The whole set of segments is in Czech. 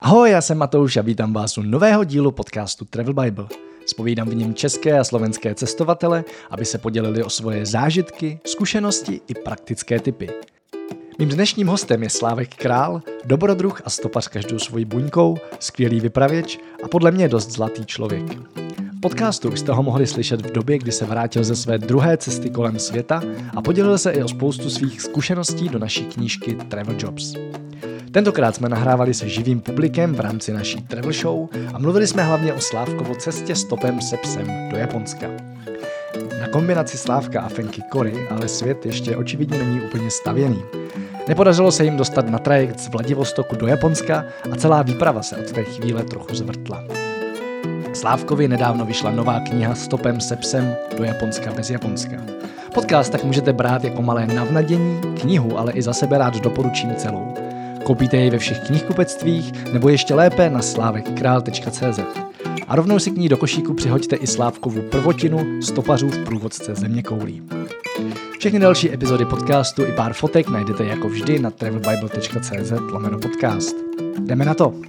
Ahoj, já jsem Matouš a vítám vás u nového dílu podcastu Travel Bible. Zpovídám v něm české a slovenské cestovatele, aby se podělili o svoje zážitky, zkušenosti i praktické tipy. Mým dnešním hostem je Slávek Král, dobrodruh a stopař každou svojí buňkou, skvělý vypravěč a podle mě dost zlatý člověk. V podcastu už jste ho mohli slyšet v době, kdy se vrátil ze své druhé cesty kolem světa a podělil se i o spoustu svých zkušeností do naší knížky Travel Jobs. Tentokrát jsme nahrávali se živým publikem v rámci naší travel show a mluvili jsme hlavně o Slávkovo cestě stopem se psem do Japonska. Na kombinaci Slávka a Fenky Kory ale svět ještě očividně není úplně stavěný. Nepodařilo se jim dostat na trajekt z Vladivostoku do Japonska a celá výprava se od té chvíle trochu zvrtla. Slávkovi nedávno vyšla nová kniha Stopem se psem do Japonska bez Japonska. Podcast tak můžete brát jako malé navnadění, knihu ale i za sebe rád doporučím celou. Koupíte jej ve všech knihkupectvích nebo ještě lépe na slavekkral.cz. A rovnou si k ní do košíku přihoďte i Slávkovu prvotinu Stopařův průvodce zeměkoulí. Všechny další epizody podcastu i pár fotek najdete jako vždy na travelbible.cz/podcast. Jdeme na to!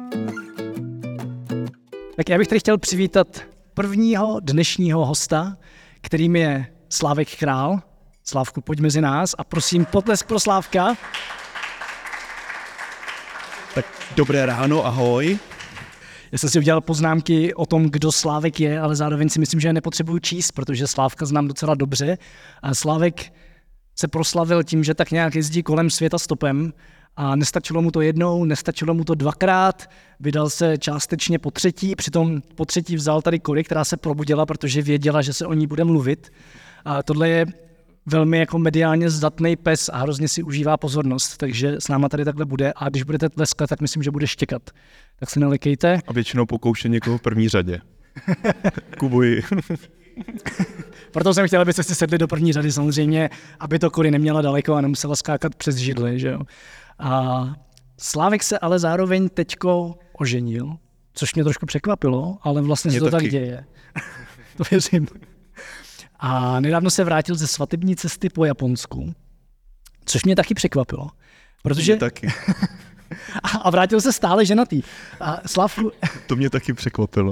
Tak já bych tady chtěl přivítat prvního dnešního hosta, kterým je Slávek Král. Slávku, pojď mezi nás a prosím potlesk pro Slávka. Tak dobré ráno, ahoj. Já jsem si udělal poznámky o tom, kdo Slávek je, ale zároveň si myslím, že je nepotřebuji číst, protože Slávka znám docela dobře. A Slávek se proslavil tím, že tak nějak jezdí kolem světa stopem a nestačilo mu to jednou, nestačilo mu to dvakrát, vydal se částečně po třetí, přitom po třetí vzal tady Kory, která se probudila, protože věděla, že se o ní bude mluvit. A tohle je velmi jako mediálně zdatný pes a hrozně si užívá pozornost, takže s náma tady takhle bude a když budete tleskat, tak myslím, že bude štěkat. Tak se nelekejte. A většinou pokouše někoho v první řadě. Kubuji. Proto jsem chtěl, abyste si sedli do první řady samozřejmě, aby to Kory neměla daleko a nemusela skákat přes židli, že jo. A Slávek se ale zároveň teďko oženil, což mě trošku překvapilo, ale vlastně se to tak děje. To věřím. A nedávno se vrátil ze svatební cesty po Japonsku, což mě taky překvapilo. Protože... Mě taky. A vrátil se stále ženatý. A Slávku... To mě taky překvapilo.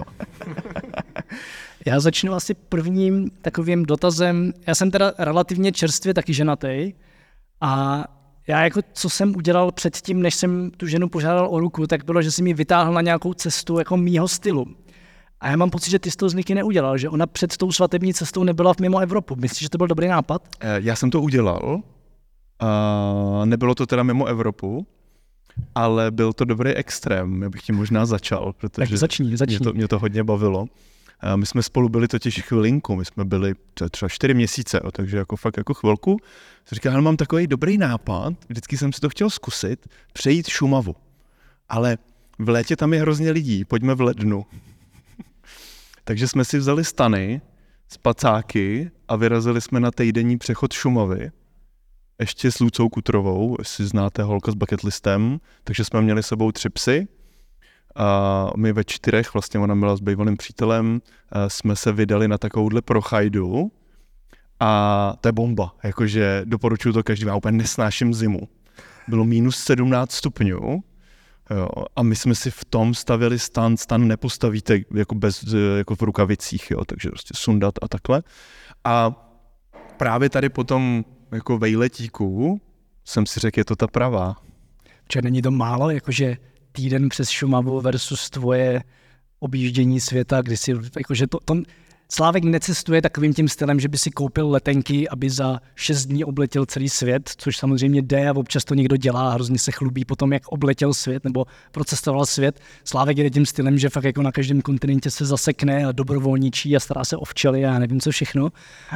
Já začnu asi prvním takovým dotazem. Já jsem teda relativně čerstvě taky ženatý a já jako, co jsem udělal předtím, než jsem tu ženu požádal o ruku, tak bylo, že jsem ji vytáhl na nějakou cestu jako mýho stylu. A já mám pocit, že ty jsi to z Niky neudělal, že ona před tou svatební cestou nebyla mimo Evropu. Myslíš, že to byl dobrý nápad? Já jsem to udělal. Nebylo to teda mimo Evropu, ale byl to dobrý extrém. Já bych tím možná začal, protože tak začni. Mě to hodně bavilo. My jsme spolu byli totiž chvilinku, my jsme byli třeba 4 měsíce, takže jako fakt jako chvilku. Jsem říkal, mám takový dobrý nápad, vždycky jsem si to chtěl zkusit, přejít Šumavu. Ale v létě tam je hrozně lidí, pojďme v lednu. Takže jsme si vzali stany, spacáky a vyrazili jsme na týdenní přechod Šumavy. Ještě s Lucou Kutrovou, jestli znáte Holka s bucket listem, takže jsme měli s sebou 3 psy. A my ve 4, vlastně ona byla s bývalým přítelem, jsme se vydali na takovouhle prochajdu a to je bomba, jakože doporučuji to každý, já úplně nesnáším zimu. Bylo minus 17 stupňů. Jo, a my jsme si v tom stavili stan nepostavíte jako v rukavicích, jo, takže prostě sundat a takhle. A právě tady potom jako vejletíku jsem si řekl, je to ta pravá. Čiže není to málo, jakože týden přes Šumavu versus tvoje objíždění světa, kdy si, jakože to Slávek necestuje takovým tím stylem, že by si koupil letenky, aby za 6 dní obletěl celý svět, což samozřejmě jde a občas to někdo dělá a hrozně se chlubí potom, jak obletěl svět nebo procestoval svět. Slávek jde tím stylem, že fakt jako na každém kontinentě se zasekne a dobrovolničí a stará se o včely a já nevím co všechno.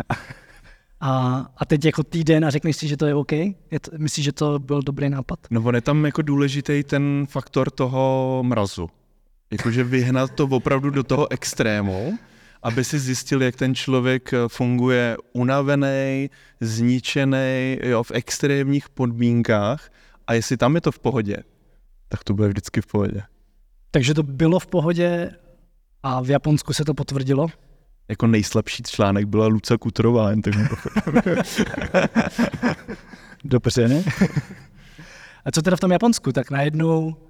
A teď jako týden a řekneš si, že to je OK? Myslíš, že to byl dobrý nápad? No on je tam jako důležitý ten faktor toho mrazu. Jakože vyhnat to opravdu do toho extrému, aby si zjistil, jak ten člověk funguje unavený, zničený, jo, v extrémních podmínkách a jestli tam je to v pohodě, tak to bude vždycky v pohodě. Takže to bylo v pohodě a v Japonsku se to potvrdilo? Jako nejslabší článek byla Luca Kutrová. Dobře, ne? A co teda v tom Japonsku? Tak najednou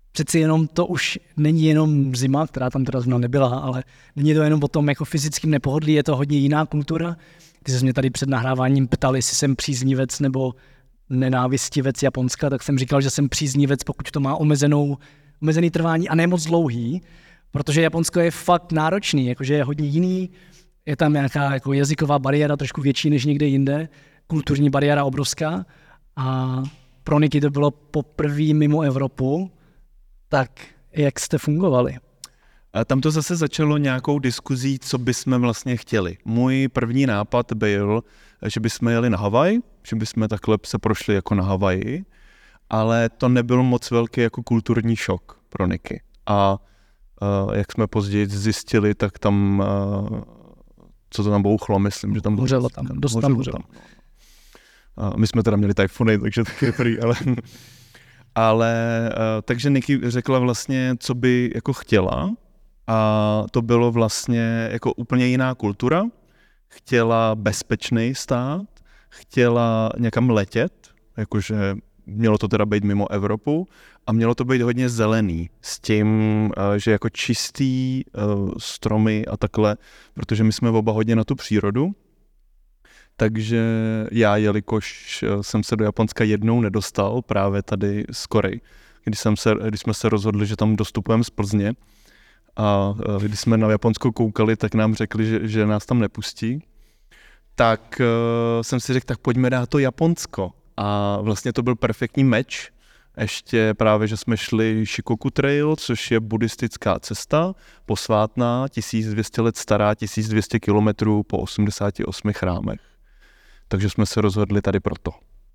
přeci jenom to už není jenom zima, která tam teda zrovna nebyla, ale není to jenom o tom jako fyzickým nepohodlí, je to hodně jiná kultura. Ty jsi mě tady před nahráváním ptal, jestli jsem příznivec nebo nenávistivec Japonska, tak jsem říkal, že jsem příznivec, pokud to má omezený trvání a ne moc dlouhý, protože Japonsko je fakt náročný, jakože je hodně jiný, je tam nějaká jako jazyková bariéra trošku větší než někde jinde, kulturní bariéra obrovská a pro Niky to bylo poprvé mimo Evropu, tak jak jste fungovali? A tam to zase začalo nějakou diskuzí, co bychom vlastně chtěli. Můj první nápad byl, že bychom jeli na Havaj, že bychom takhle se prošli jako na Havaji, ale to nebyl moc velký jako kulturní šok pro Niky. A jak jsme později zjistili, tak tam, co to tam bouchlo, myslím, že tam hořelo tam, dost tam hořelo. My jsme teda měli tajfuny, takže taky je prý, ale takže Niky řekla vlastně, co by jako chtěla a to bylo vlastně jako úplně jiná kultura. Chtěla bezpečný stát, chtěla někam letět, jakože mělo to teda být mimo Evropu a mělo to být hodně zelený s tím, že jako čistý stromy a takhle, protože my jsme oba hodně na tu přírodu. Takže já, jelikož jsem se do Japonska jednou nedostal, právě tady z Koreji, když jsme se rozhodli, že tam dostupujeme z Plzně a když jsme na Japonsko koukali, tak nám řekli, že nás tam nepustí, tak jsem si řekl, tak pojďme dát to Japonsko. A vlastně to byl perfektní meč. Ještě právě, že jsme šli Shikoku Trail, což je buddhistická cesta, posvátná, 1200 let stará, 1200 kilometrů po 88 chrámech. Takže jsme se rozhodli tady proto.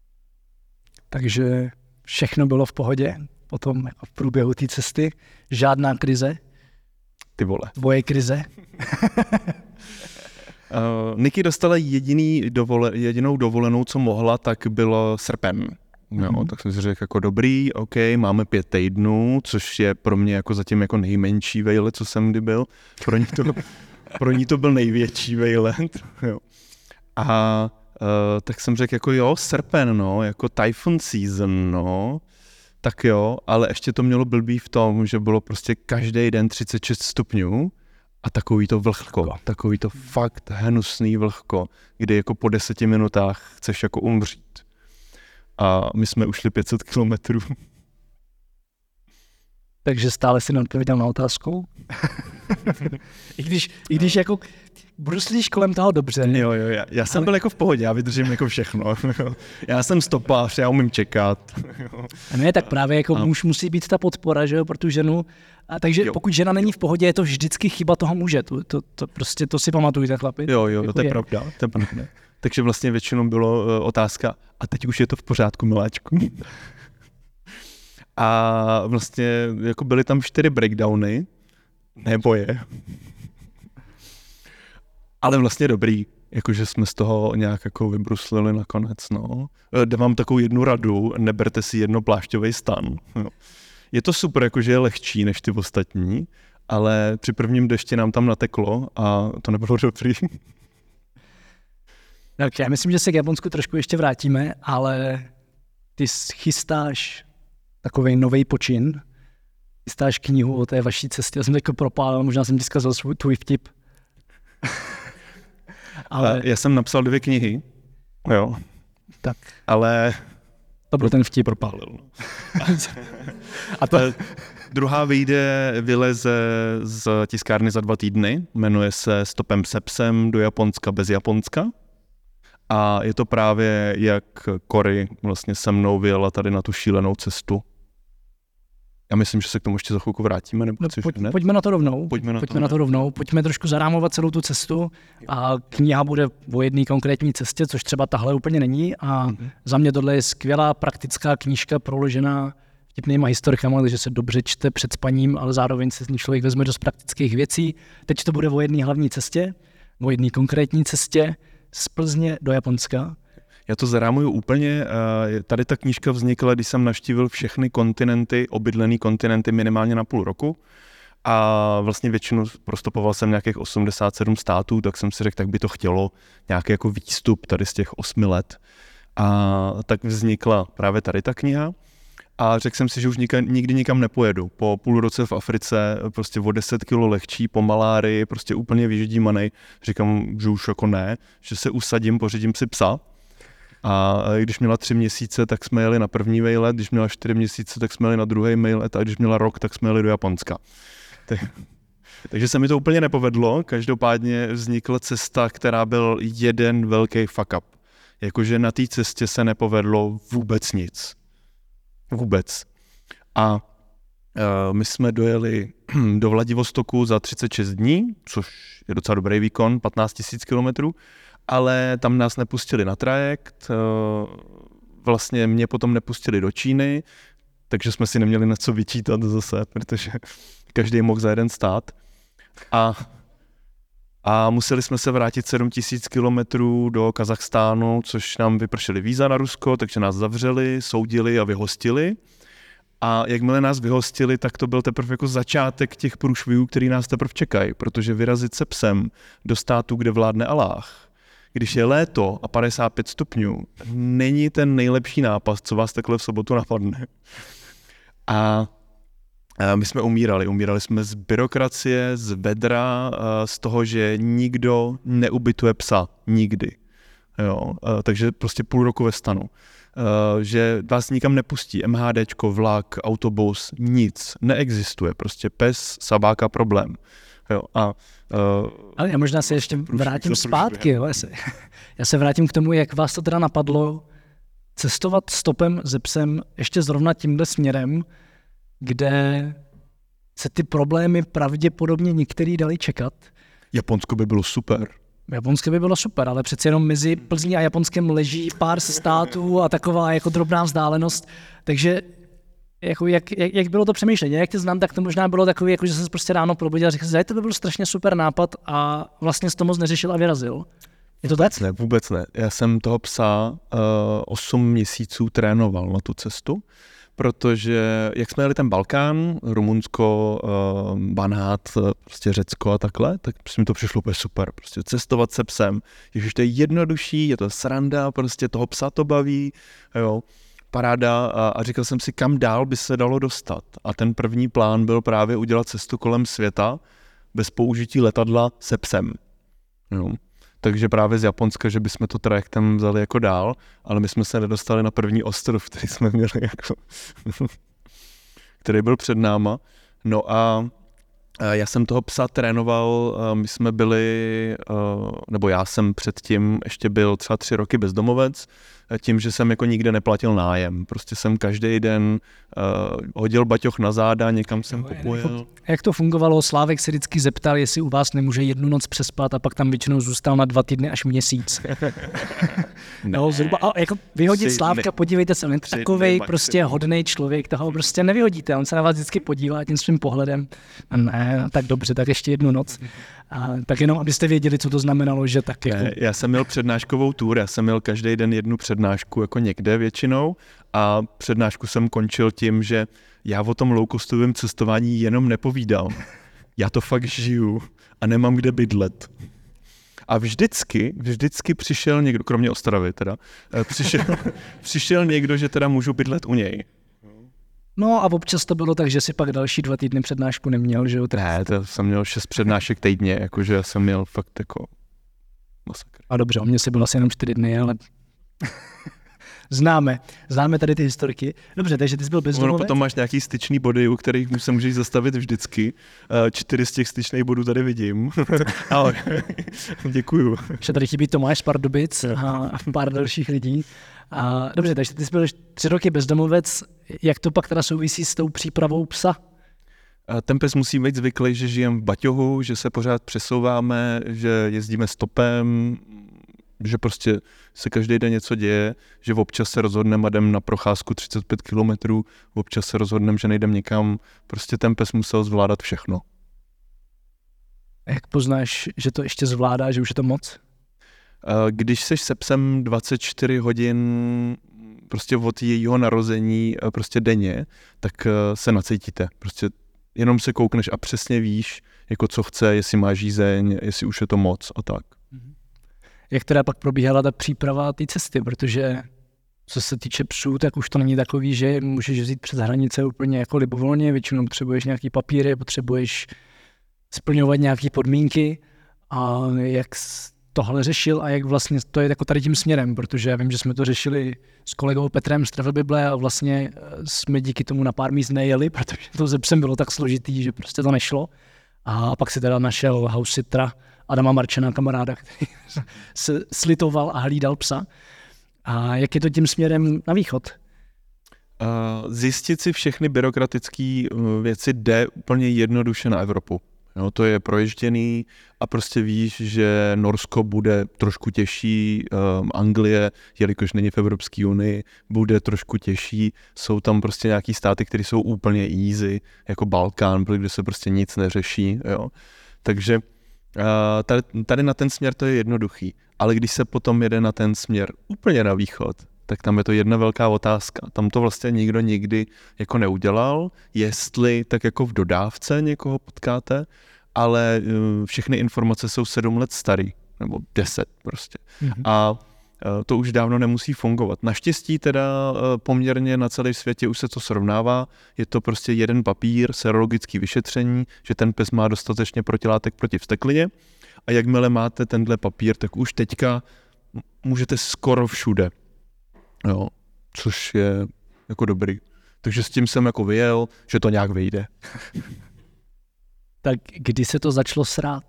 Takže všechno bylo v pohodě potom jako v průběhu té cesty, žádná krize. Ty vole. Tvoje krize. Niky dostala jedinou dovolenou, co mohla, tak bylo srpen. Jo, tak jsem si řekl jako dobrý, OK, máme 5 týdnů, což je pro mě jako zatím jako nejmenší vejlet, co jsem kdy byl. Pro ní to byl největší vejlet. Jo. A tak jsem řekl jako jo, srpen, no, jako typhoon season, no, tak jo, ale ještě to mělo blbý v tom, že bylo prostě každý den 36 stupňů a takový to vlhko, takový to fakt hnusný vlhko, kdy jako po 10 minutách chceš jako umřít. A my jsme ušli 500 kilometrů. Takže stále si neodpověděl na otázku. I když jako bruslíš kolem toho dobře. Jo, já jsem byl jako v pohodě, já vydržím jako všechno. Já jsem stopář, já umím čekat. A ne, tak právě jako muž musí být ta podpora, že jo, pro tu ženu. A takže jo. Pokud žena není v pohodě, je to vždycky chyba toho muže. To si pamatujte, chlapi. Jo, jako to je pravda. Takže vlastně většinou bylo otázka, a teď už je to v pořádku, miláčku. A vlastně jako byly tam 4 breakdowny, nebo je. Ale vlastně dobrý, jakože jsme z toho nějak jako vybruslili nakonec, no. Dávám takovou jednu radu, neberte si jednoplášťový stan. Jo. Je to super, jakože je lehčí než ty ostatní, ale při prvním dešti nám tam nateklo a to nebylo dobrý. Tak já myslím, že se k Japonsku trošku ještě vrátíme, ale ty chystáš takovej novej počin, chystáš knihu o té vaší cestě, já jsem to propálil, možná jsem ti zkazal tvůj vtip. Ale já jsem napsal 2 knihy, jo, tak. Ale to byl ten vtip. Propálil. A to... Druhá vyleze z tiskárny za 2 týdny, jmenuje se Stopem se psem do Japonska bez Japonska. A je to právě, jak Cory vlastně se mnou vyjela tady na tu šílenou cestu. Já myslím, že se k tomu ještě za chvilku vrátíme. Nebo pojďme na to rovnou. Pojďme trošku zarámovat celou tu cestu a kniha bude o jedné konkrétní cestě, což třeba tahle úplně není. A za mě tohle je skvělá praktická knížka proložená vtipnýma historkama, takže se dobře čte před spaním, ale zároveň se z ní člověk vezme dost praktických věcí. Teď to bude o jedné hlavní cestě, o jedné konkrétní cestě z Plzně do Japonska. Já to zarámuju úplně. Tady ta knížka vznikla, když jsem navštívil všechny kontinenty, obydlený kontinenty minimálně na půl roku. A vlastně většinu prostopoval jsem nějakých 87 států, tak jsem si řekl, tak by to chtělo nějaký jako výstup tady z těch 8 let. A tak vznikla právě tady ta kniha. A řekl jsem si, že už nikdy nikam nepojedu. Po půl roce v Africe, prostě o 10 kilo lehčí, po malárii, prostě úplně vyždímanej. Říkám, že už jako ne, že se usadím, pořídím si psa. A když měla 3 měsíce, tak jsme jeli na první výlet, když měla 4 měsíce, tak jsme jeli na druhý výlet a když měla rok, tak jsme jeli do Japonska. Takže se mi to úplně nepovedlo, každopádně vznikla cesta, která byl jeden velký fuck up. Jakože na té cestě se nepovedlo vůbec nic. Vůbec. A my jsme dojeli do Vladivostoku za 36 dní, což je docela dobrý výkon, 15 000 kilometrů, ale tam nás nepustili na trajekt, vlastně mě potom nepustili do Číny, takže jsme si neměli na co vyčítat zase, protože každý mohl za jeden stát. A museli jsme se vrátit 7 000 kilometrů do Kazachstánu, což nám vypršely víza na Rusko, takže nás zavřeli, soudili a vyhostili. A jakmile nás vyhostili, tak to byl teprve jako začátek těch průšvihů, který nás teprve čekají, protože vyrazit se psem do státu, kde vládne Aláh, když je léto a 55 stupňů, není ten nejlepší nápad, co vás takhle v sobotu napadne. A my jsme umírali jsme z byrokracie, z vedra, z toho, že nikdo neubytuje psa, nikdy. Jo, takže prostě půl roku ve stanu. Že vás nikam nepustí, MHDčko, vlak, autobus, nic, neexistuje, prostě pes, sabáka, problém. Jo, ale já možná se ještě vrátím zpátky. Jo. Já se vrátím k tomu, jak vás to teda napadlo cestovat stopem se psem ještě zrovna tímhle směrem, kde se ty problémy pravděpodobně některý dali čekat. Japonsko by bylo super. Japonské by bylo super, ale přece jenom mezi Plzní a Japonskem leží pár států a taková jako drobná vzdálenost. Takže jako jak bylo to přemýšlení? Jak tě znám, tak to možná bylo takový, jako že jsem se prostě ráno probudil a řekl si, to by byl strašně super nápad a vlastně jsi to moc neřešil a vyrazil. Je to tak? Ne, vůbec ne. Já jsem toho psa 8 měsíců trénoval na tu cestu, protože jak jsme jeli ten Balkán, Rumunsko, Banát, prostě Řecko a takhle, tak mi to přišlo úplně super. Prostě cestovat se psem, ježiš, to je jednodušší, je to sranda, prostě toho psa to baví, jo, paráda a říkal jsem si, kam dál by se dalo dostat. A ten první plán byl právě udělat cestu kolem světa bez použití letadla se psem. Jo. Takže právě z Japonska, že bychom to trajektem vzali jako dál, ale my jsme se nedostali na první ostrov, který jsme měli jako, který byl před náma. No a já jsem toho psa trénoval, my jsme byli, nebo já jsem předtím ještě byl třeba 3 roky bezdomovec, tím, že jsem jako nikde neplatil nájem. Prostě jsem každý den hodil baťoch na záda, někam jsem popojil. Jak to fungovalo? Slávek se vždycky zeptal, jestli u vás nemůže 1 noc přespat a pak tam většinou zůstal na 2 týdny až měsíc. No, zhruba, a jako vyhodit Slávka, podívejte se, on je takovej prostě hodnej člověk, toho prostě nevyhodíte, on se na vás vždycky podívá tím svým pohledem. A ne, tak dobře, tak ještě 1 noc. A tak jenom, abyste věděli, co to znamenalo, že tak jako... Já jsem měl přednáškovou tour, já jsem měl každý den 1 přednášku jako někde většinou a přednášku jsem končil tím, že já o tom low-costovém cestování jenom nepovídám. Já to fakt žiju a nemám kde bydlet. A vždycky přišel někdo, kromě Ostravy teda, přišel někdo, že teda můžu bydlet u něj. No a občas to bylo tak, že si pak další 2 týdny přednášku neměl, že jo? Ne, to jsem měl 6 přednášek týdně, jakože jsem měl fakt jako masakr. A dobře, o mě si bylo asi jenom 4 dny, ale známe tady ty historky. Dobře, takže ty jsi byl bezdomovec. Potom máš nějaký styčný body, u kterých se můžeš zastavit vždycky. 4 z těch styčných bodů tady vidím. Ale děkuju. Že tady chybí Tomáš z Pardubic a pár dalších lidí. Dobře, takže ty jsi byl 3 roky bezdomovec. Jak to pak teda souvisí s tou přípravou psa? Ten pes musí být zvyklý, že žijeme v baťohu, že se pořád přesouváme, že jezdíme stopem, že prostě se každý den něco děje, že občas se rozhodneme a jdem na procházku 35 kilometrů, občas se rozhodneme, že nejdem někam. Prostě ten pes musel zvládat všechno. A jak poznáš, že to ještě zvládá, že už je to moc? Když seš se psem 24 hodin prostě od jejího narození prostě denně, tak se nacítíte. Prostě jenom se koukneš a přesně víš, jako co chce, jestli má žízeň, jestli už je to moc a tak. Jak teda pak probíhala ta příprava té cesty, protože Co se týče psů, tak už to není takový, že můžeš vzít přes hranice úplně jako libovolně, většinou potřebuješ nějaký papíry, potřebuješ splňovat nějaké podmínky a jak tohle řešil a jak vlastně to je jako tady tím směrem, protože já vím, že jsme to řešili s kolegou Petrem z Travel Bible a vlastně jsme díky tomu na pár míst nejeli, protože to se psem bylo tak složitý, že prostě to nešlo. A pak si teda našel housitra Adama Marčena, kamaráda, který se slitoval a hlídal psa. A jak je to tím směrem na východ? Zjistit si všechny byrokratické věci jde úplně jednoduše na Evropu. No, to je proježděný a prostě víš, že Norsko bude trošku těžší, Anglie, jelikož není v Evropské unii, bude trošku těžší. Jsou tam prostě nějaký státy, které jsou úplně easy, jako Balkán, kde se prostě nic neřeší. Jo. Takže tady na ten směr to je jednoduchý. Ale když se potom jede na ten směr úplně na východ, tak tam je to jedna velká otázka. Tam to vlastně nikdo nikdy jako neudělal, jestli tak jako v dodávce někoho potkáte, ale všechny informace jsou 7 let starý, nebo 10 prostě. Mm-hmm. A to už dávno nemusí fungovat. Naštěstí teda poměrně na celém světě už se to srovnává, je to prostě jeden papír, serologický vyšetření, že ten pes má dostatečně protilátek proti vzteklině a jakmile máte tenhle papír, tak už teďka můžete skoro všude. Jo, což je jako dobrý. Takže s tím jsem jako vyjel, že to nějak vyjde. Tak kdy se to začalo srát?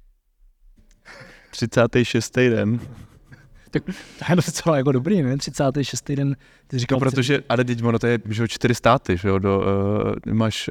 36. den. Tak to je docela jako dobrý, ne? 36. den. Ty říkal, no, protože, ale teď ono to je, že 4 státy, že jo, máš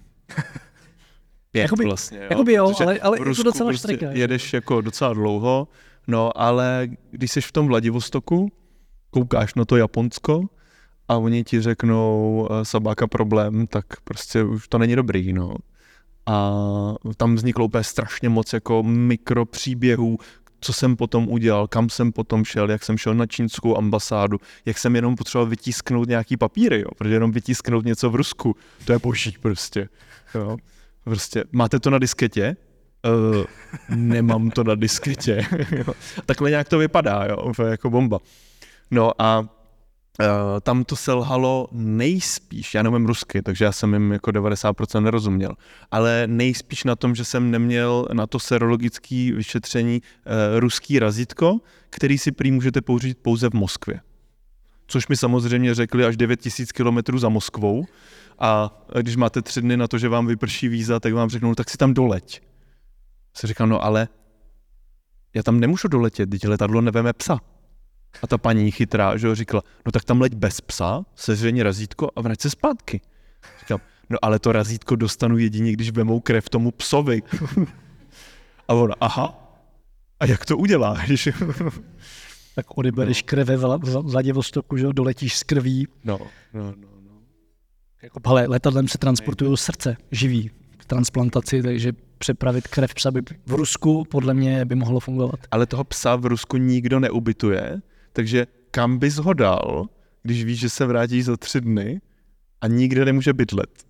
5 jakoby, vlastně. Jo, jakoby jo, ale v Rusku je to docela prostě štrika. jedeš jako docela dlouho, no ale když jsi v tom Vladivostoku, koukáš na to Japonsko a oni ti řeknou sabáka problém, tak prostě už to není dobrý, no. A tam vzniklo úplně strašně moc jako mikropříběhů, co jsem potom udělal, kam jsem potom šel, jak jsem šel na čínskou ambasádu, jak jsem jenom potřeboval vytisknout nějaký papíry, jo, protože jenom vytisknout něco v Rusku, to je boží prostě, jo. Prostě, máte to na disketě? Nemám to na disketě. Takhle nějak to vypadá, jo, jako bomba. No a tam to selhalo nejspíš, já nevím rusky, takže já jsem jim jako 90% nerozuměl, ale nejspíš na tom, že jsem neměl na to serologické vyšetření ruský razítko, který si prý můžete použít pouze v Moskvě. Což mi samozřejmě řekli až 9000 kilometrů za Moskvou a když máte 3 dny na to, že vám vyprší víza, tak vám řeknou, tak si tam doleď. Se říkám, no ale já tam nemůžu doletět, teď letadlo neveme psa. A ta paní chytrá, že ho říkala, no tak tam leď bez psa, seženi razítko a vrať se zpátky. Říkám, no ale to razítko dostanu jedině, když vemou krev tomu psovi. A ona, aha, a jak to uděláš? Tak odebereš krev ve Vladivostoku, že doletíš s krví. No. Jako, ale letadlem se transportují srdce živý k transplantaci, takže přepravit krev psa by v Rusku podle mě by mohlo fungovat. Ale toho psa v Rusku nikdo neubytuje, takže kam bys ho dal, když víš, že se vrátíš za 3 dny a nikde nemůže bydlet?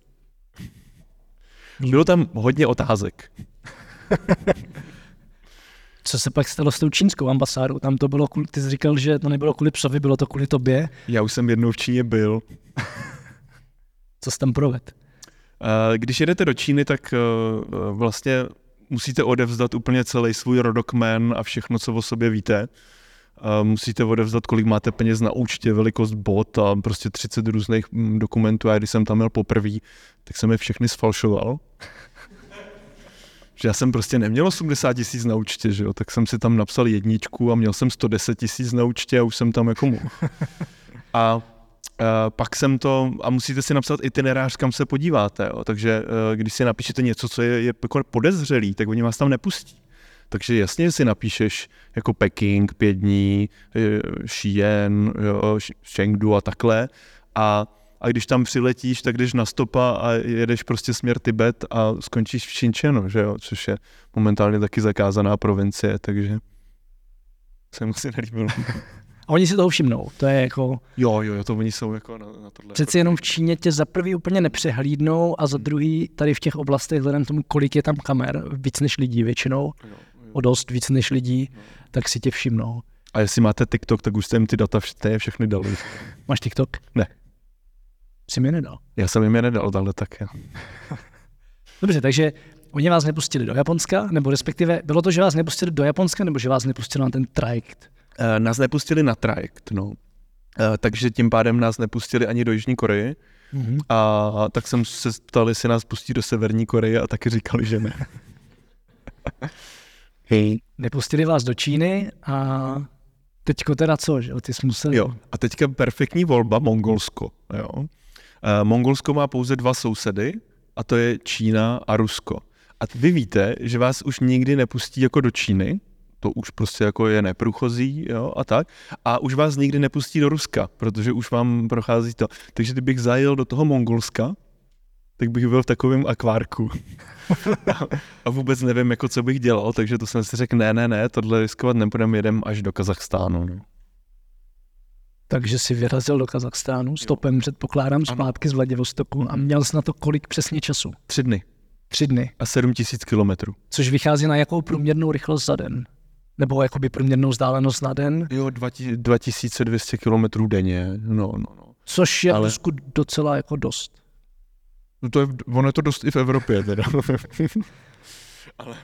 Bylo tam hodně otázek. Co se pak stalo s tou čínskou ambasádou? Tam to bylo, ty jsi říkal, že to nebylo kvůli psovi, bylo to kvůli tobě. Já už jsem jednou v Číně byl. Co jsi tam provedl? Když jedete do Číny, tak vlastně musíte odevzdat úplně celý svůj rodokmen a všechno, co o sobě víte. Musíte odevzdat, kolik máte peněz na účtě, velikost bot a prostě 30 různých dokumentů. A když jsem tam měl poprvé, tak jsem je všechny sfalšoval. Že já jsem prostě neměl 80 000 na účtě, že jo? Tak jsem si tam napsal 1 a měl jsem 110 000 na účtě a už jsem tam jako mohl. A pak jsem to, a musíte si napsat itinerář, kam se podíváte, jo? Takže když si napíšete něco, co je jako podezřelý, tak oni vás tam nepustí. Takže jasně si napíšeš jako Peking, 5 dní, Xi'an, Chengdu a takhle a když tam přiletíš, tak jdeš na stopa a jedeš prostě směr Tibet a skončíš v Xinjiangu, že jo, což je momentálně taky zakázaná provincie, takže se mu si nelíbilo. A oni si toho všimnou, to je jako... Jo, to oni jsou jako na tohle. Přeci jenom v Číně tě za prvý úplně nepřehlídnou a za druhý tady v těch oblastech, vzhledem tomu, kolik je tam kamer, víc než lidí většinou, o dost víc než lidí, tak si tě všimnou. A jestli máte TikTok, tak už jste jim ty data všechny dali. Máš TikTok? Ne. Jsi mi nedal. Já jsem jim je nedal, ale tak jo. Dobře, takže oni vás nepustili do Japonska, nebo respektive bylo to, že vás nepustili do Japonska, nebo že vás nepustili na ten trajekt? Nás nepustili na trajekt, no. Takže tím pádem nás nepustili ani do Jižní Koreje. Mm-hmm. A tak jsem se ptal, jestli nás pustí do Severní Koreje a taky říkali, že ne. Nepustili vás do Číny a teďko teda co, že ty jsi musel... Jo, a teďka perfektní volba Mongolsko, jo. Mongolsko má pouze 2 sousedy, a to je Čína a Rusko. A vy víte, že vás už nikdy nepustí jako do Číny, to už prostě jako je neprůchozí, jo, a tak. A už vás nikdy nepustí do Ruska, protože už vám prochází to. Takže kdybych zajel do toho Mongolska, tak bych byl v takovém akvárku. A vůbec nevím, jako co bych dělal, takže to jsem si řekl, ne, tohle riskovat nebudem, jedem až do Kazachstánu. No. Takže si vyrazil do Kazachstánu, stopem předpokládám zpátky z Vladivostoku a měl jsi na to kolik přesně času? 3 dny. 3 dny. A 7000 kilometrů. Což vychází na jakou průměrnou rychlost za den? Nebo jakoby průměrnou vzdálenost na den? Jo, 2200 kilometrů denně, no. Což je v Rusku docela jako dost. No ono je to dost i v Evropě teda. Ale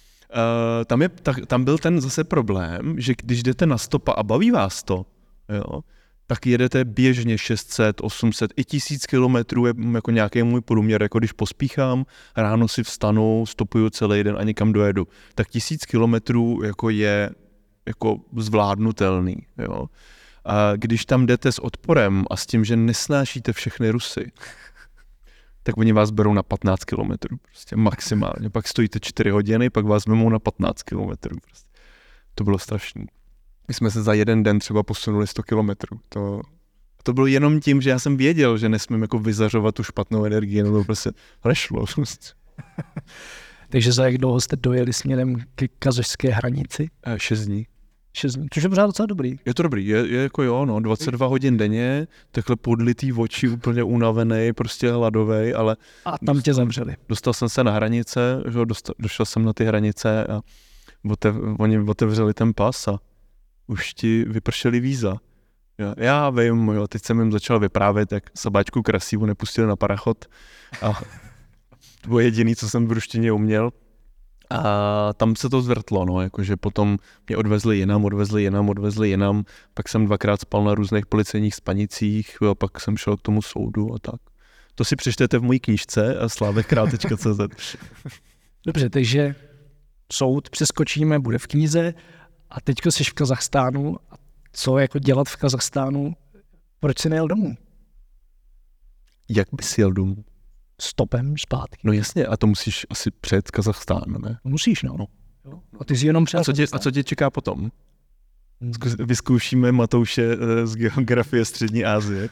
tam byl ten zase problém, že když jdete na stopa a baví vás to, jo, tak jedete běžně 600, 800 i 1000 kilometrů je jako nějaký můj průměr, jako když pospíchám, ráno si vstanu, stopuju celý den a někam dojedu. Tak 1000 kilometrů jako je jako zvládnutelný. Jo. A když tam jdete s odporem a s tím, že nesnášíte všechny Rusy, tak oni vás berou na 15 kilometrů, prostě maximálně. Pak stojíte 4 hodiny, pak vás vemou na 15 kilometrů. Prostě. To bylo strašný. My jsme se za jeden den třeba posunuli 100 kilometrů. To bylo jenom tím, že já jsem věděl, že nesmím jako vyzařovat tu špatnou energii, no to prostě nešlo. Prostě. Takže za jak dlouho jste dojeli směrem k kazašské hranici? 6 dní. 6 dní, což je pořád docela dobrý. Je to dobrý, je jako jo, no, 22 hodin denně, takhle podlitý oči, úplně unavený, prostě hladovej, ale... A tam tě zavřeli. Dostal jsem se na hranice, že došel jsem na ty hranice a oni otevřeli ten pas a už ti vypršeli víza. Já vím, jo, teď jsem jim začal vyprávět, jak Sabáčku Krasívu nepustili na parachod a to bylo jediný, co jsem v ruštině uměl. A tam se to zvrtlo, no, jakože potom mě odvezli jinam, pak jsem 2krát spal na různých policejních spanicích, jo, pak jsem šel k tomu soudu a tak. To si přečtete v mojí knížce slavekkrál.cz. Dobře, takže soud přeskočíme, bude v knize a teďko jsi v Kazachstánu. A co jako dělat v Kazachstánu? Proč jsi nejel domů? Jak bys jel domů? Stopem zpátky. No jasně, a to musíš asi přejet Kazachstán, ne? Musíš, no. A ty jsi jenom před. A co tě čeká potom? Vyzkoušíme Matouše z geografie Střední Asie.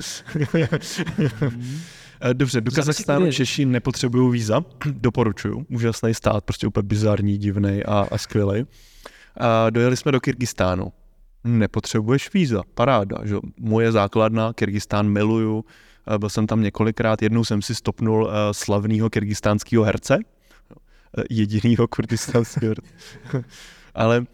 Dobře, do Kazachstánu Češi nepotřebují víza, doporučuju, úžasný stát, prostě úplně bizarní, divnej a skvělej. A dojeli jsme do Kyrgyzstánu. Nepotřebuješ víza, paráda, že? Moje základna, Kyrgyzstán miluju, byl jsem tam několikrát, jednou jsem si stopnul slavného kyrgyzstánského herce, jedinýho kurdistánského herce. Ale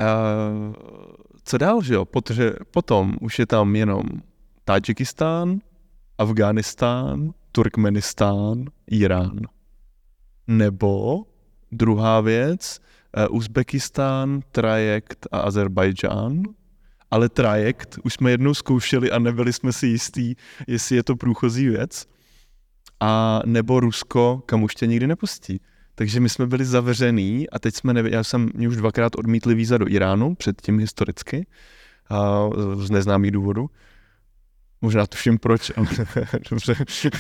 co dál, že jo? Protože potom už je tam jenom Tadžikistán, Afghánistán, Turkmenistán, Irán. Nebo druhá věc, Uzbekistán, trajekt a Azerbajdžán. Ale trajekt už jsme jednou zkoušeli a nebyli jsme si jistí, jestli je to průchozí věc. A nebo Rusko, kam už tě nikdy nepustí. Takže my jsme byli zavřený a teď jsme mě už 2krát odmítli víza do Iránu, předtím historicky, z neznámých důvodů. Možná tuším proč, ale dobře.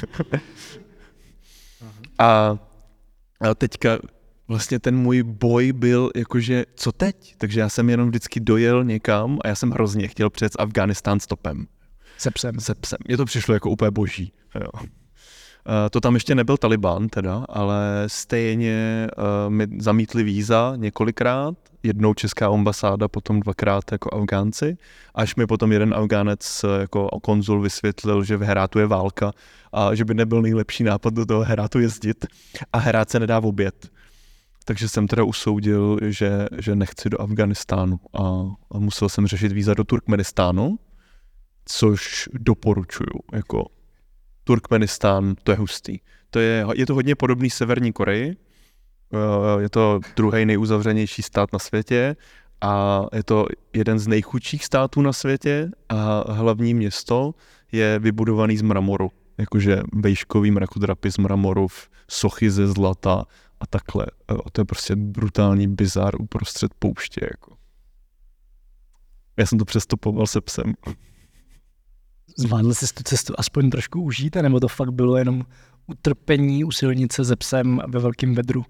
A teďka vlastně ten můj boj byl jakože, co teď? Takže já jsem jenom vždycky dojel někam a já jsem hrozně chtěl přijet z Afghánistán stopem. Se psem. Mně to přišlo jako úplně boží. Jo. To tam ještě nebyl Taliban teda, ale stejně mi zamítli víza několikrát, jednou česká ambasáda, potom 2krát jako Afgánci, až mi potom jeden Afgánec jako konzul vysvětlil, že v Herátu je válka a že by nebyl nejlepší nápad do toho Herátu jezdit a Herát se nedá v oběd. Takže jsem teda usoudil, že nechci do Afghánistánu a musel jsem řešit víza do Turkmenistánu, což doporučuju. Jako Turkmenistán, to je hustý. Je to hodně podobný Severní Koreji, je to druhý nejuzavřenější stát na světě a je to jeden z nejchudších států na světě a hlavní město je vybudovaný z mramoru. Jakože vejškový mrakodrapy z mramoru, sochy ze zlata a takhle. A to je prostě brutální bizár uprostřed pouště. Jako. Já jsem to přestopoval se psem. Zvládl jsi tu cestu aspoň trošku užít, nebo to fakt bylo jenom utrpení u silnice se psem ve velkém vedru?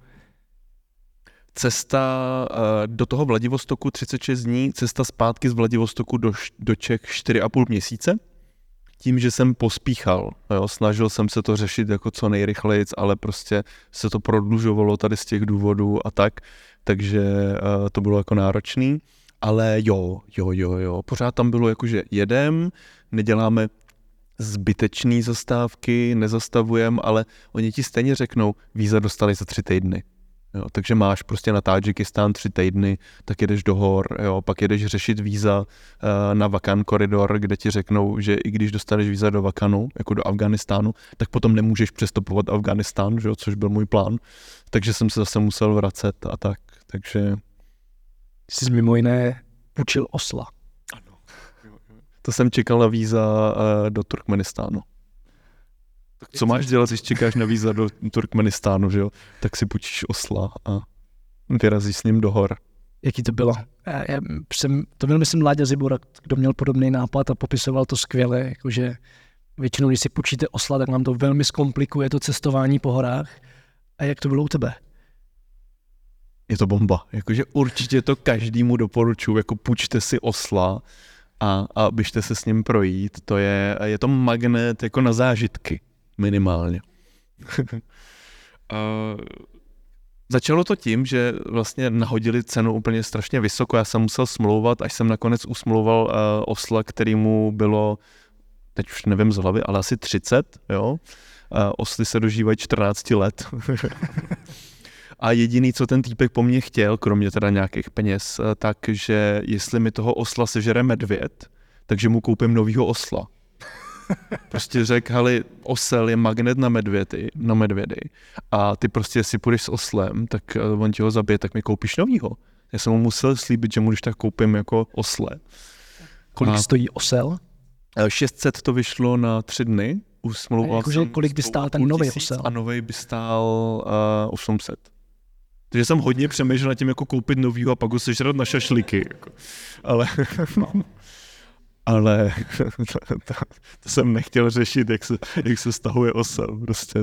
Cesta do toho Vladivostoku 36 dní, cesta zpátky z Vladivostoku do Čech 4,5 měsíce. Tím, že jsem pospíchal, jo, snažil jsem se to řešit jako co nejrychleji, ale prostě se to prodlužovalo tady z těch důvodů a tak, takže to bylo jako náročný, ale jo, pořád tam bylo jako, že jedem, neděláme zbytečný zastávky, nezastavujeme, ale oni ti stejně řeknou, víza dostali za 3 týdny. Jo, takže máš prostě na Tádžikistán 3 týdny, tak jedeš do hor, jo, pak jedeš řešit víza na Vakan koridor, kde ti řeknou, že i když dostaneš víza do Vakanu, jako do Afghánistánu, tak potom nemůžeš přestupovat Afghánistán, že jo, což byl můj plán. Takže jsem se zase musel vracet a tak, takže... Jsi mimo jiné půjčil osla. Ano. To jsem čekal na víza do Turkmenistánu. Tak co máš dělat, když čekáš na víza do Turkmenistánu, že jo? Tak si půjčíš osla a vyrazíš s ním do hor. Jaký to bylo? To byl, myslím, Láďa Zibora, kdo měl podobný nápad a popisoval to skvěle, jakože většinou, když si půjčíte osla, tak vám to velmi zkomplikuje to cestování po horách. A jak to bylo u tebe? Je to bomba. Jakože určitě to každému doporučuji, jako půjčte si osla a běžte se s ním projít. Je to magnet jako na zážitky. Minimálně. Začalo to tím, že vlastně nahodili cenu úplně strašně vysoko. Já jsem musel smlouvat, až jsem nakonec usmlouval osla, kterýmu bylo, teď už nevím z hlavy, ale asi 30. Jo? Osly se dožívají 14 let. A jediný, co ten týpek po mně chtěl, kromě teda nějakých peněz, takže jestli mi toho osla sežere medvěd, takže mu koupím novýho osla. Prostě řekl, hele, osel je magnet na medvědy a ty prostě, si půjdeš s oslem, tak on ti ho zabije, tak mi koupíš novýho. Já jsem mu musel slíbit, že mu když tak koupím jako osle. Kolik stojí osel? 600 to vyšlo na 3 dny. Jakože kolik by stál ten nový osel? A nový by stál 800. Takže jsem hodně přemýšlel nad tím, jako koupit novýho a pak ho sežrat na šašliky. Jako. Ale to jsem nechtěl řešit, jak se stahuje osel. Prostě.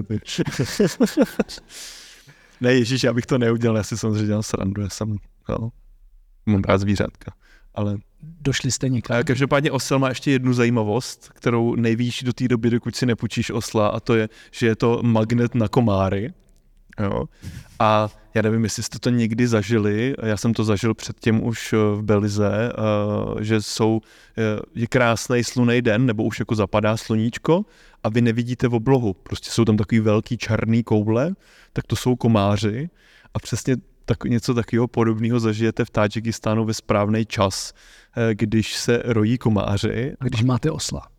Ne, ježiš, já bych to neudělal, já si samozřejmě dělal srandu, mám rád zvířátka. Ale... Došli jste někam? Každopádně osel má ještě jednu zajímavost, kterou nejvíš do té doby, dokud si nepůjčíš osla, a to je, že je to magnet na komáry. Jo. A já nevím, jestli jste to někdy zažili, já jsem to zažil předtím už v Belize, že je krásný slunný den, nebo už jako zapadá sluníčko a vy nevidíte v oblohu. Prostě jsou tam takový velký černý koule, tak to jsou komáři a přesně něco takového podobného zažijete v Tádžikistánu ve správný čas, když se rojí komáři. A když máte osla.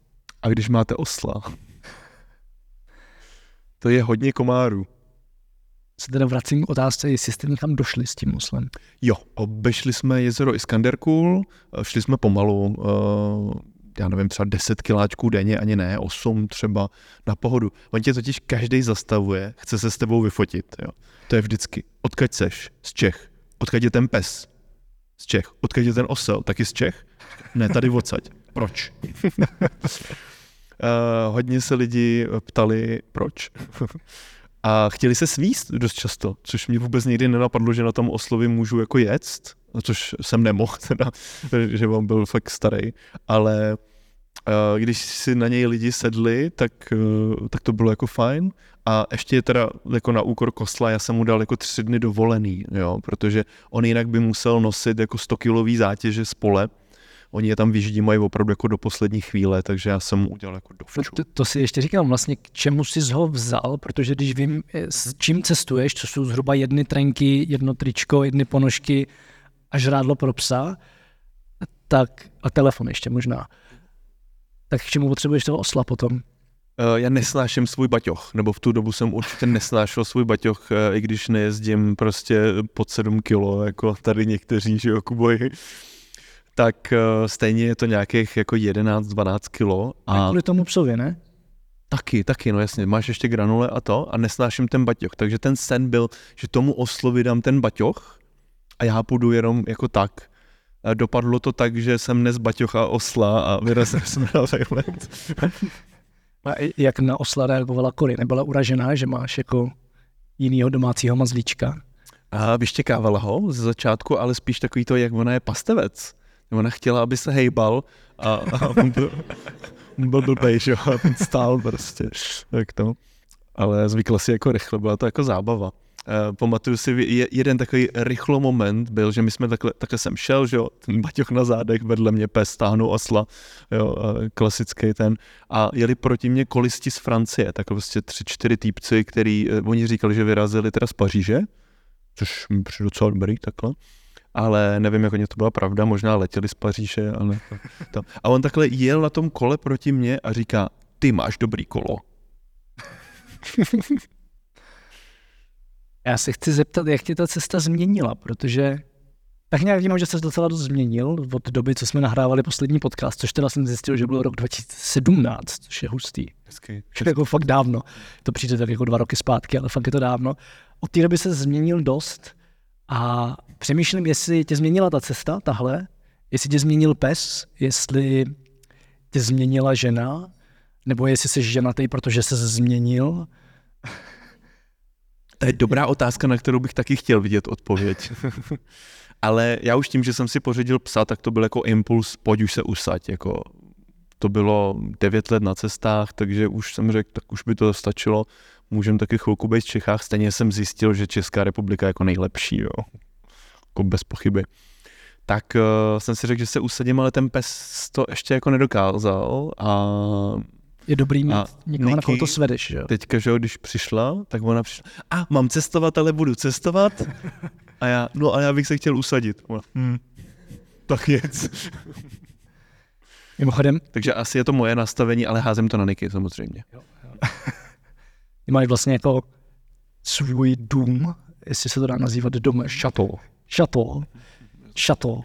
To je hodně komárů. Se teda vracím k otázce, jestli jste někam došli s tím oslem. Jo, obešli jsme jezero Iskanderkul, šli jsme pomalu, já nevím, třeba 10 kiláčků denně, ani ne, 8 třeba na pohodu. On tě totiž každej zastavuje, chce se s tebou vyfotit. Jo. To je vždycky. Odkud seš? Z Čech. Odkud je ten pes? Z Čech. Odkud je ten osel? Taky z Čech? Ne, tady odsaď. Proč? Hodně se lidi ptali, proč. A chtěli se svíst dost často, což mě vůbec nikdy nenapadlo, že na tom oslovi můžu jako jet, což jsem nemohl teda, že on byl fakt starý, ale když si na něj lidi sedli, tak to bylo jako fajn. A ještě teda jako na úkor Kosla, já jsem mu dal jako 3 dny dovolený, jo, protože on jinak by musel nosit jako 100 kilový zátěže z pole, oni je tam vyždímají opravdu jako do poslední chvíle, takže já jsem mu udělal jako dovču. To si ještě říkám vlastně, k čemu jsi ho vzal, protože když vím, s čím cestuješ, co jsou zhruba 1 trenky, 1 tričko, 1 ponožky a žrádlo pro psa, tak a telefon ještě možná. Tak k čemu potřebuješ toho osla potom? Já nesnáším svůj baťoch, nebo v tu dobu jsem určitě nesnášel svůj baťoch, i když nejezdím prostě pod 7 kilo, jako tady někteří, že jo, Kuboji. Tak stejně je to nějakých jako 11-12 kilo. A kvůli tomu psovi, ne? Taky, no jasně, máš ještě granule a to a nesnáším ten baťoch. Takže ten sen byl, že tomu oslovi dám ten baťoch a já půjdu jenom jako tak. A dopadlo to tak, že jsem nes baťocha osla a vyrazili jsme na výlet. A jak na osla reagovala Kory? Nebyla uražená, že máš jako jinýho domácího mazlíčka? A vyštěkávala ho ze začátku, ale spíš takový to, jak ona je pastevec. Ona chtěla, aby se hejbal a byl blbej, že jo, a ten stál prostě. Tak to. Ale zvykla si jako rychle, byla to jako zábava. Pamatuju si, jeden takový rychlo moment byl, že my jsme takhle jsem šel, že jo, ten baťoch na zádech, vedle mě pes, táhnu osla, jo, klasický ten. A jeli proti mě kolisti z Francie, tak prostě 3-4 týpci, který, oni říkali, že vyrazili teda z Paříže, což mi přijde docela dobrý takhle. Ale nevím, jak to byla pravda, možná letěli z Paříže, ale to. A on takhle jel na tom kole proti mě a říká, ty máš dobrý kolo. Já se chci zeptat, jak tě ta cesta změnila, protože tak nějak vnímám, že se docela dost změnil od doby, co jsme nahrávali poslední podcast, což teda jsem zjistil, že bylo rok 2017, což je hustý. Hezky. Jako fakt dávno. To přijde tak jako 2 roky zpátky, ale fakt je to dávno. Od té doby se změnil dost a přemýšlím, jestli tě změnila ta cesta, tahle, jestli tě změnil pes, jestli tě změnila žena, nebo jestli jsi ženatý, protože se změnil. To je dobrá otázka, na kterou bych taky chtěl vidět odpověď. Ale já už tím, že jsem si pořídil psa, tak to byl jako impuls, pojď už se usaď. Jako, to bylo 9 let na cestách, takže už jsem řekl, tak už by to stačilo. Můžeme taky chvilku být v Čechách. Stejně jsem zjistil, že Česká republika je jako nejlepší, jo. Jako bez pochyby. Tak jsem si řekl, že se usadím, ale ten pes to ještě jako nedokázal a je dobrý mít někoho, na koho to svedeš, že jo? Teďka, že jo, když přišla, tak ona přišla, mám cestovat, ale budu cestovat. A já bych se chtěl usadit. Tak jec. Mimochodem. Takže asi je to moje nastavení, ale házím to na Niky samozřejmě. Jo. Ty máš vlastně jako svůj dům, jestli se to dá nazývat dom, šato.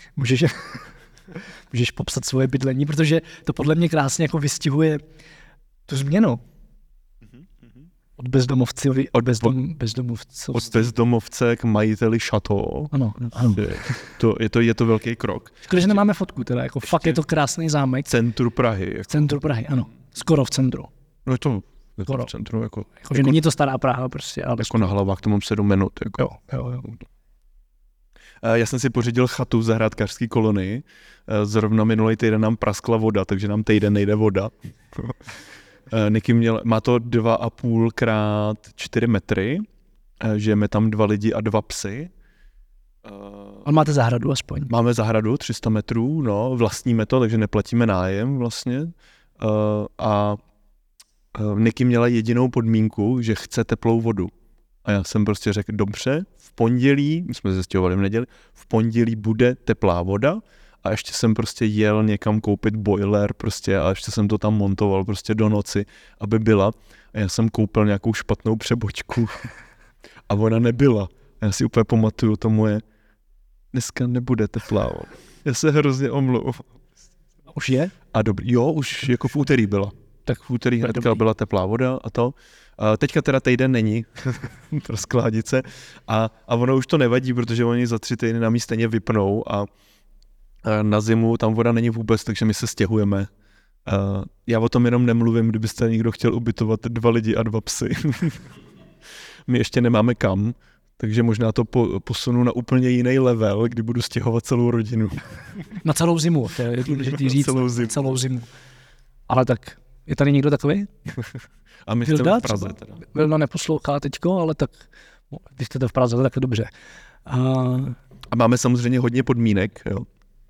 Můžeš popsat svoje bydlení, protože to podle mě krásně jako vystihuje tu změnu. Od bezdomovce k majiteli šato. Ano. Je to velký krok. Škoda, že nemáme fotku, teda jako fakt je to krásný zámek. Centru Prahy. Jako. Centru Prahy, ano. Skoro v centru. No je to v centru. Jako není to stará Praha prostě. Ale jako na Hlavách to mám 7 minut. Jako. Jo. Já jsem si pořídil chatu v zahrádkářské kolonii. Zrovna minulý týden nám praskla voda, takže nám týden nejde voda. Niky má to 2,5 krát 4 metry. Žijeme tam 2 lidi a 2 psy. Ale máte zahradu aspoň? Máme zahradu 300 metrů, no, vlastníme to, takže neplatíme nájem vlastně. A Niky měla jedinou podmínku, že chce teplou vodu. A já jsem prostě řekl, dobře, v pondělí, my jsme se stěhovali v neděli, v pondělí bude teplá voda a ještě jsem prostě jel někam koupit boiler prostě a ještě jsem to tam montoval prostě do noci, aby byla. A já jsem koupil nějakou špatnou přebočku a ona nebyla. A já si úplně pamatuju to moje, dneska nebude teplá voda. Já se hrozně omlouvám. Už je? A dobrý, jo, už jako v úterý byla. Tak v úterý hnedka byla teplá voda a to. Teďka teda týden není pro skládice a ono už to nevadí, protože oni za 3 týdny nám ji stejně vypnou a na zimu tam voda není vůbec, takže my se stěhujeme. Já o tom jenom nemluvím, kdybyste někdo chtěl ubytovat 2 lidi a 2 psy. My ještě nemáme kam, takže možná to posunu na úplně jiný level, kdy budu stěhovat celou rodinu. Na celou zimu, to je důležitý říct. Celou zimu. Ale tak je tady někdo takový? A my jste v Praze teda. Vilda neposlouchá teďko, ale tak, když jste v Praze, tak dobře. A máme samozřejmě hodně podmínek, jo.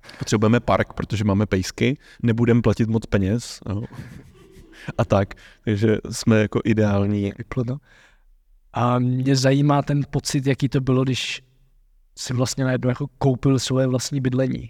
Potřebujeme park, protože máme pejsky, nebudeme platit moc peněz. No. A tak, takže jsme jako ideální. A mě zajímá ten pocit, jaký to bylo, když si vlastně najednou jako koupil svoje vlastní bydlení.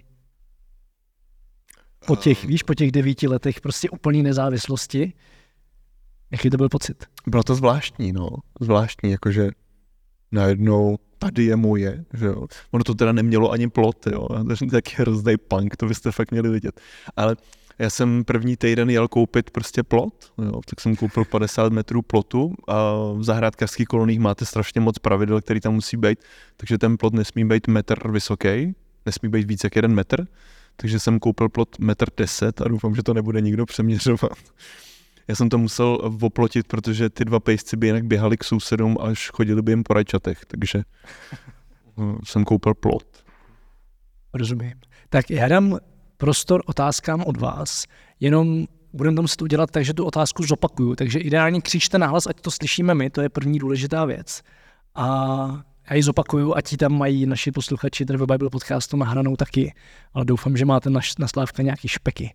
Po těch 9 letech prostě úplný nezávislosti. Jaký to byl pocit? Bylo to zvláštní, no. Zvláštní, jakože najednou tady je moje, že jo. Ono to teda nemělo ani plot, jo. To je taky hrozný punk, to byste fakt měli vidět. Ale já jsem první týden jel koupit prostě plot, jo. Tak jsem koupil 50 metrů plotu a v zahrádkářských koloniích máte strašně moc pravidel, který tam musí být, takže ten plot nesmí být metr vysoký, nesmí být víc jak 1 metr, takže jsem koupil plot 1,10 m a doufám, že to nebude nikdo přeměřovat. Já jsem to musel oplotit, protože ty 2 pejsci by jinak běhali k sousedům, až chodili by jim po rajčatech, takže jsem koupil plot. Rozumím. Tak já dám prostor otázkám od vás, jenom budeme tam si to udělat tak, že tu otázku zopakuju, takže ideálně křičte nahlas, ať to slyšíme my, to je první důležitá věc. A já ji zopakuju, ať ji tam mají naši posluchači Travel Bible podcastu nahranou taky, ale doufám, že máte na Slávka nějaký špeky.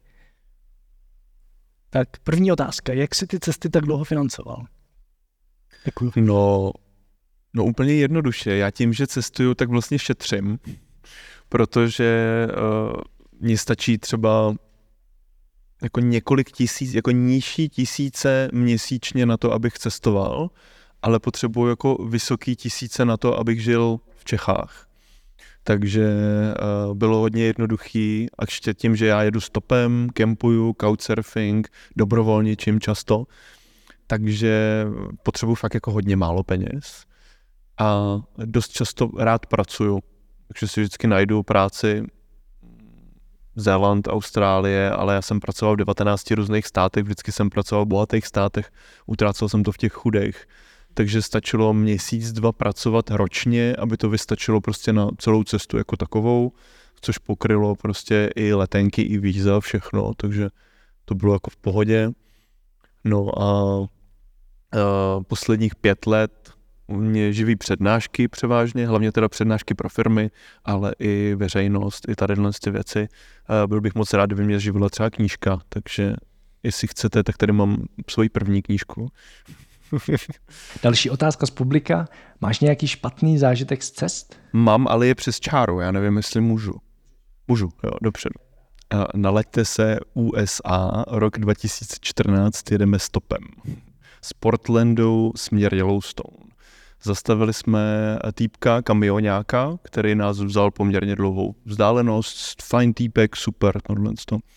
Tak první otázka, jak si ty cesty tak dlouho financoval? Děkuju. No úplně jednoduše, já tím, že cestuju, tak vlastně šetřím, protože mně stačí třeba jako několik tisíc, jako nižší tisíce měsíčně na to, abych cestoval, ale potřebuji jako vysoký tisíce na to, abych žil v Čechách. Takže bylo hodně jednoduchý, a ještě tím, že já jedu stopem, kempuju, couchsurfing, dobrovolničím často, takže potřebuji fakt jako hodně málo peněz a dost často rád pracuju, takže si vždycky najdu práci, Zéland, Austrálie, ale já jsem pracoval v 19 různých státech, vždycky jsem pracoval v bohatých státech, utrácel jsem to v těch chudých. Takže stačilo 1-2 pracovat ročně, aby to vystačilo prostě na celou cestu jako takovou, což pokrylo prostě i letenky, i víza, všechno, takže to bylo jako v pohodě. No a posledních 5 let mě živí přednášky převážně, hlavně teda přednášky pro firmy, ale i veřejnost, i tadyhle ty věci. Byl bych moc rád, kdyby mě živila třeba knížka, takže jestli chcete, tak tady mám svoji první knížku. Další otázka z publika. Máš nějaký špatný zážitek z cest? Mám, ale je přes čáru, já nevím, jestli můžu. Můžu, jo, dopředu. Nalaďte se USA, rok 2014, jedeme stopem. Z Portlandu směr Yellowstone. Zastavili jsme týpka, kamioňáka, který nás vzal poměrně dlouhou vzdálenost, fajn týpek, super, tohle.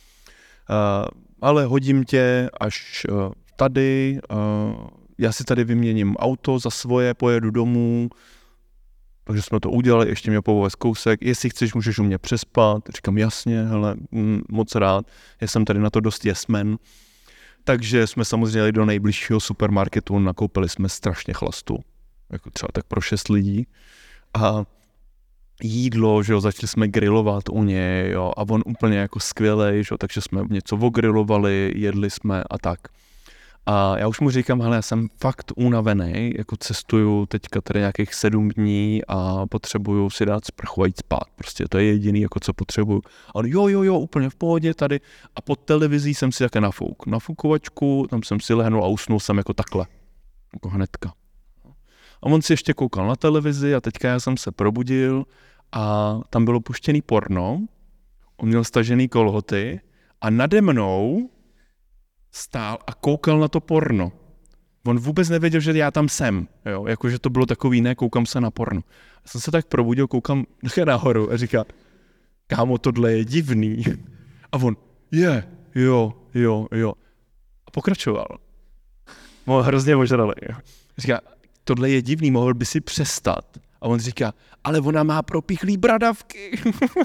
Ale hodím tě až tady, já si tady vyměním auto za svoje, pojedu domů, takže jsme to udělali, ještě mě povez kousek, jestli chceš, můžeš u mě přespat, říkám jasně, hele, moc rád, já jsem tady na to dost jesmen, takže jsme samozřejmě jeli do nejbližšího supermarketu, nakoupili jsme strašně chlastu, jako třeba tak pro 6 lidí a jídlo, že jo, začali jsme grilovat u něj, jo, a on úplně jako skvělej, že jo, takže jsme něco ogrilovali, jedli jsme a tak. A já už mu říkám, hele, já jsem fakt unavený, jako cestuju teďka tady nějakých 7 dní a potřebuju si dát sprchu a jít spát. Prostě to je jediný, jako co potřebuju. Ale jo, úplně v pohodě tady. A pod televizí jsem si také nafouk. Nafoukovačku, tam jsem si lehnul a usnul jsem jako takhle. Jako hnedka. A on si ještě koukal na televizi a teďka já jsem se probudil a tam bylo puštěný porno. On měl stažený kolhoty a nade mnou stál a koukal na to porno. On vůbec nevěděl, že já tam jsem, jo, jakože to bylo takový, ne, koukám se na porno. Já jsem se tak probudil, koukám nahoru a říká, kámo, tohle je divný. A on, jo. A pokračoval. Mohl hrozně ožralý. Říká, tohle je divný, mohl by si přestat. A on říká, ale ona má propichlý bradavky.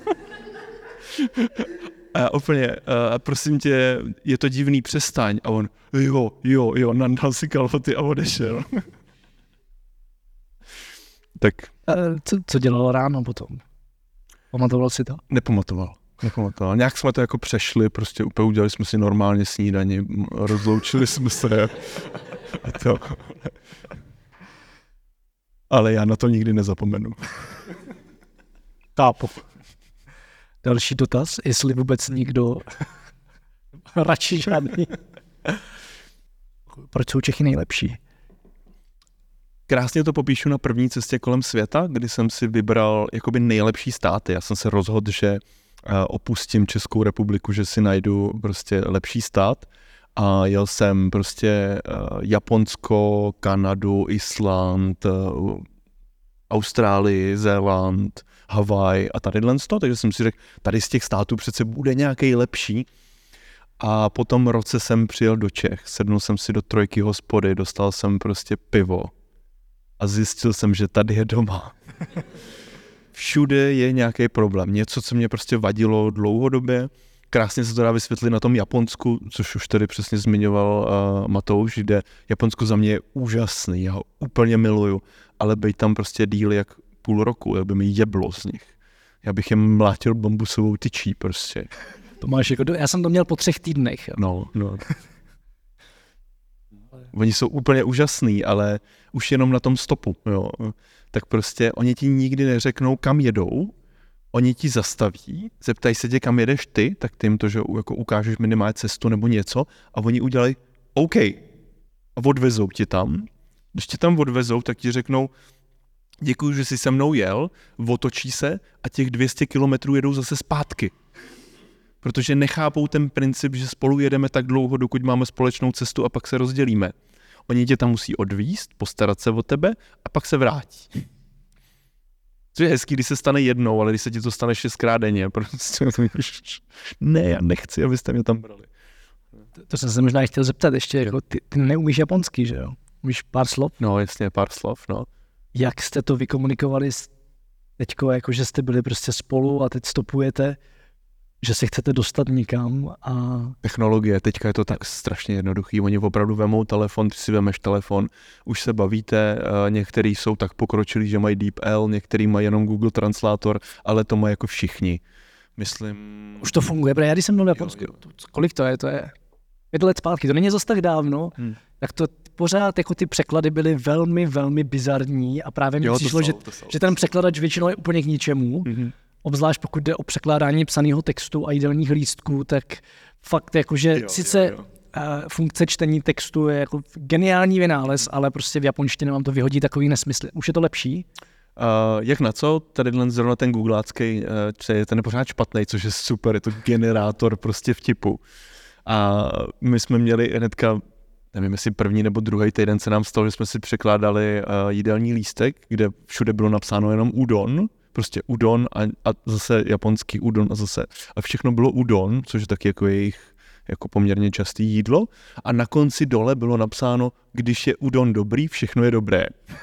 A úplně, prosím tě, je to divný, přestaň. A on, jo, nandal si kalhoty a odešel. Tak. Co dělal ráno potom? Pamatoval si to? Nepamatoval. Nějak jsme to jako přešli, prostě úplně udělali jsme si normálně snídani, rozloučili jsme se. A to. Ale já na to nikdy nezapomenu. Tápu. Další dotaz, jestli vůbec nikdo radši žádný. Proč jsou Čechy nejlepší? Krásně to popíšu na první cestě kolem světa, kdy jsem si vybral jakoby nejlepší státy. Já jsem se rozhodl, že opustím Českou republiku, že si najdu prostě lepší stát a jel jsem prostě Japonsko, Kanadu, Island, Austrálii, Zéland, Havaj a tadyhle to, takže jsem si řekl, tady z těch států přece bude nějaký lepší. A po tom roce jsem přijel do Čech, sednul jsem si do 3 hospody, dostal jsem prostě pivo a zjistil jsem, že tady je doma. Všude je nějaký problém, něco, co mě prostě vadilo dlouhodobě. Krásně se to dá vysvětlit na tom Japonsku, což už tady přesně zmiňoval Matouš, kde Japonsko za mě je úžasný, já ho úplně miluju, ale bejt tam prostě díl jak půl roku, jak by mi jeblo z nich. Já bych jim mlátil bambusovou tyčí prostě. To máš jako, já jsem to měl po 3 týdnech. Jo. No. Oni jsou úplně úžasný, ale už jenom na tom stopu, jo. Tak prostě oni ti nikdy neřeknou, kam jedou, oni ti zastaví, zeptají se tě, kam jedeš ty, tak ty jim to, že jako ukážeš minimálně cestu nebo něco a oni udělají OK a odvezou ti tam. Když tě tam odvezou, tak ti řeknou, děkuji, že jsi se mnou jel, otočí se a těch 200 kilometrů jedou zase zpátky. Protože nechápou ten princip, že spolu jedeme tak dlouho, dokud máme společnou cestu a pak se rozdělíme. Oni tě tam musí odvízt, postarat se o tebe a pak se vrátí. Což je hezký, když se stane jednou, ale když se ti to stane 6krát denně, prostě ne, já nechci, abyste mě tam brali. To jsem se možná chtěl zeptat ještě, jako ty neumíš japonsky, že jo? Umíš pár slov? No, jasně, pár slov, no. Jak jste to vykomunikovali teďko, jako že jste byli prostě spolu a teď stopujete, že se chcete dostat nikam a... Technologie, teďka je to tak strašně jednoduchý, oni opravdu vemou telefon, ty si vemeš telefon, už se bavíte, některý jsou tak pokročilí, že mají DeepL, některý mají jenom Google Translator, ale to mají jako všichni. Myslím... Už to funguje, protože já když jsem byl v Japonsku, kolik to je? To je 5 let zpátky, to není zas tak dávno, tak to pořád jako ty překlady byly velmi, velmi bizarní a právě mi přišlo, že ten překladač většinou je úplně k ničemu. Obzvlášť pokud jde o překládání psaného textu a jídelních lístků, tak fakt jakože sice funkce čtení textu je jako geniální vynález, ale prostě v japonštině vám to vyhodí takový nesmysl. Už je to lepší? Jak na co? Tady zrovna ten googlácký, ten je pořád špatný, což je super, je to generátor prostě vtipu. A my jsme měli hnedka, nevím, jestli první nebo druhý týden se nám stalo, že jsme si překládali jídelní lístek, kde všude bylo napsáno jenom udon, prostě udon a zase japonský udon a zase. A všechno bylo udon, což je taky jako jejich jako poměrně častý jídlo. A na konci dole bylo napsáno, když je udon dobrý, všechno je dobré.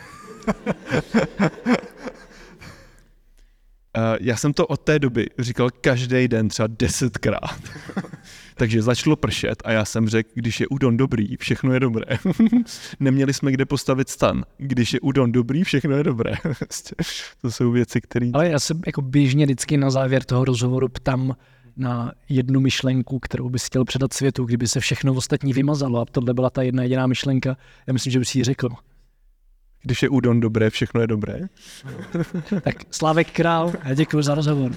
Já jsem to od té doby říkal každý den třeba 10krát. Takže začalo pršet a já jsem řekl, když je udon dobrý, všechno je dobré. Neměli jsme kde postavit stan. Když je udon dobrý, všechno je dobré. To jsou věci, které... Ale já se jako běžně vždycky na závěr toho rozhovoru ptám na jednu myšlenku, kterou bys chtěl předat světu, kdyby se všechno ostatní vymazalo a tohle byla ta jedna jediná myšlenka. Já myslím, že bys ji řekl. Když je udon dobré, všechno je dobré. Tak Slávek Král, já děkuji za rozhovor.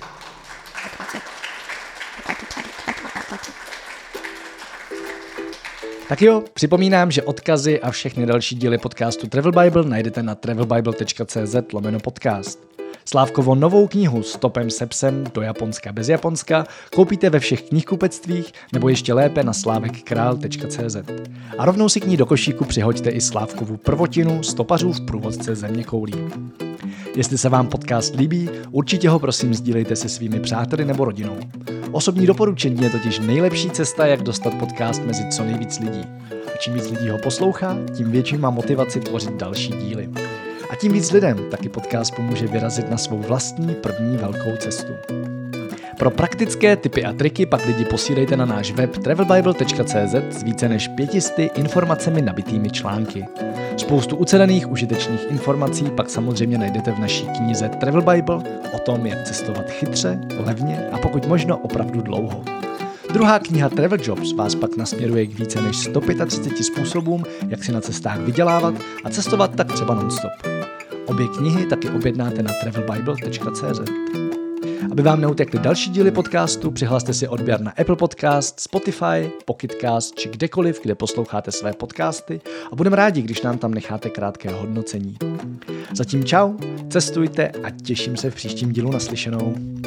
Tak jo, připomínám, že odkazy a všechny další díly podcastu Travel Bible najdete na travelbible.cz/podcast. Slávkovo novou knihu Stopem se psem do Japonska bez Japonska koupíte ve všech knihkupectvích nebo ještě lépe na slavekkral.cz. A rovnou si k ní do košíku přihoďte i Slávkovu prvotinu Stopařův průvodce zeměkoulí. Jestli se vám podcast líbí, určitě ho prosím sdílejte se svými přáteli nebo rodinou. Osobní doporučení je totiž nejlepší cesta, jak dostat podcast mezi co nejvíc lidí. A čím víc lidí ho poslouchá, tím větší má motivaci tvořit další díly. A tím víc lidem taky podcast pomůže vyrazit na svou vlastní první velkou cestu. Pro praktické tipy a triky pak lidi posílejte na náš web travelbible.cz s více než 500 informacemi nabitými články. Spoustu ucelených užitečných informací pak samozřejmě najdete v naší knize Travel Bible o tom, jak cestovat chytře, levně a pokud možno opravdu dlouho. Druhá kniha Travel Jobs vás pak nasměruje k více než 135 způsobům, jak si na cestách vydělávat a cestovat tak třeba non-stop. Obě knihy taky objednáte na travelbible.cz. Aby vám neutekly další díly podcastu, přihlaste si odběr na Apple Podcast, Spotify, Pocketcast či kdekoliv, kde posloucháte své podcasty a budeme rádi, když nám tam necháte krátké hodnocení. Zatím čau, cestujte a těším se v příštím dílu naslyšenou.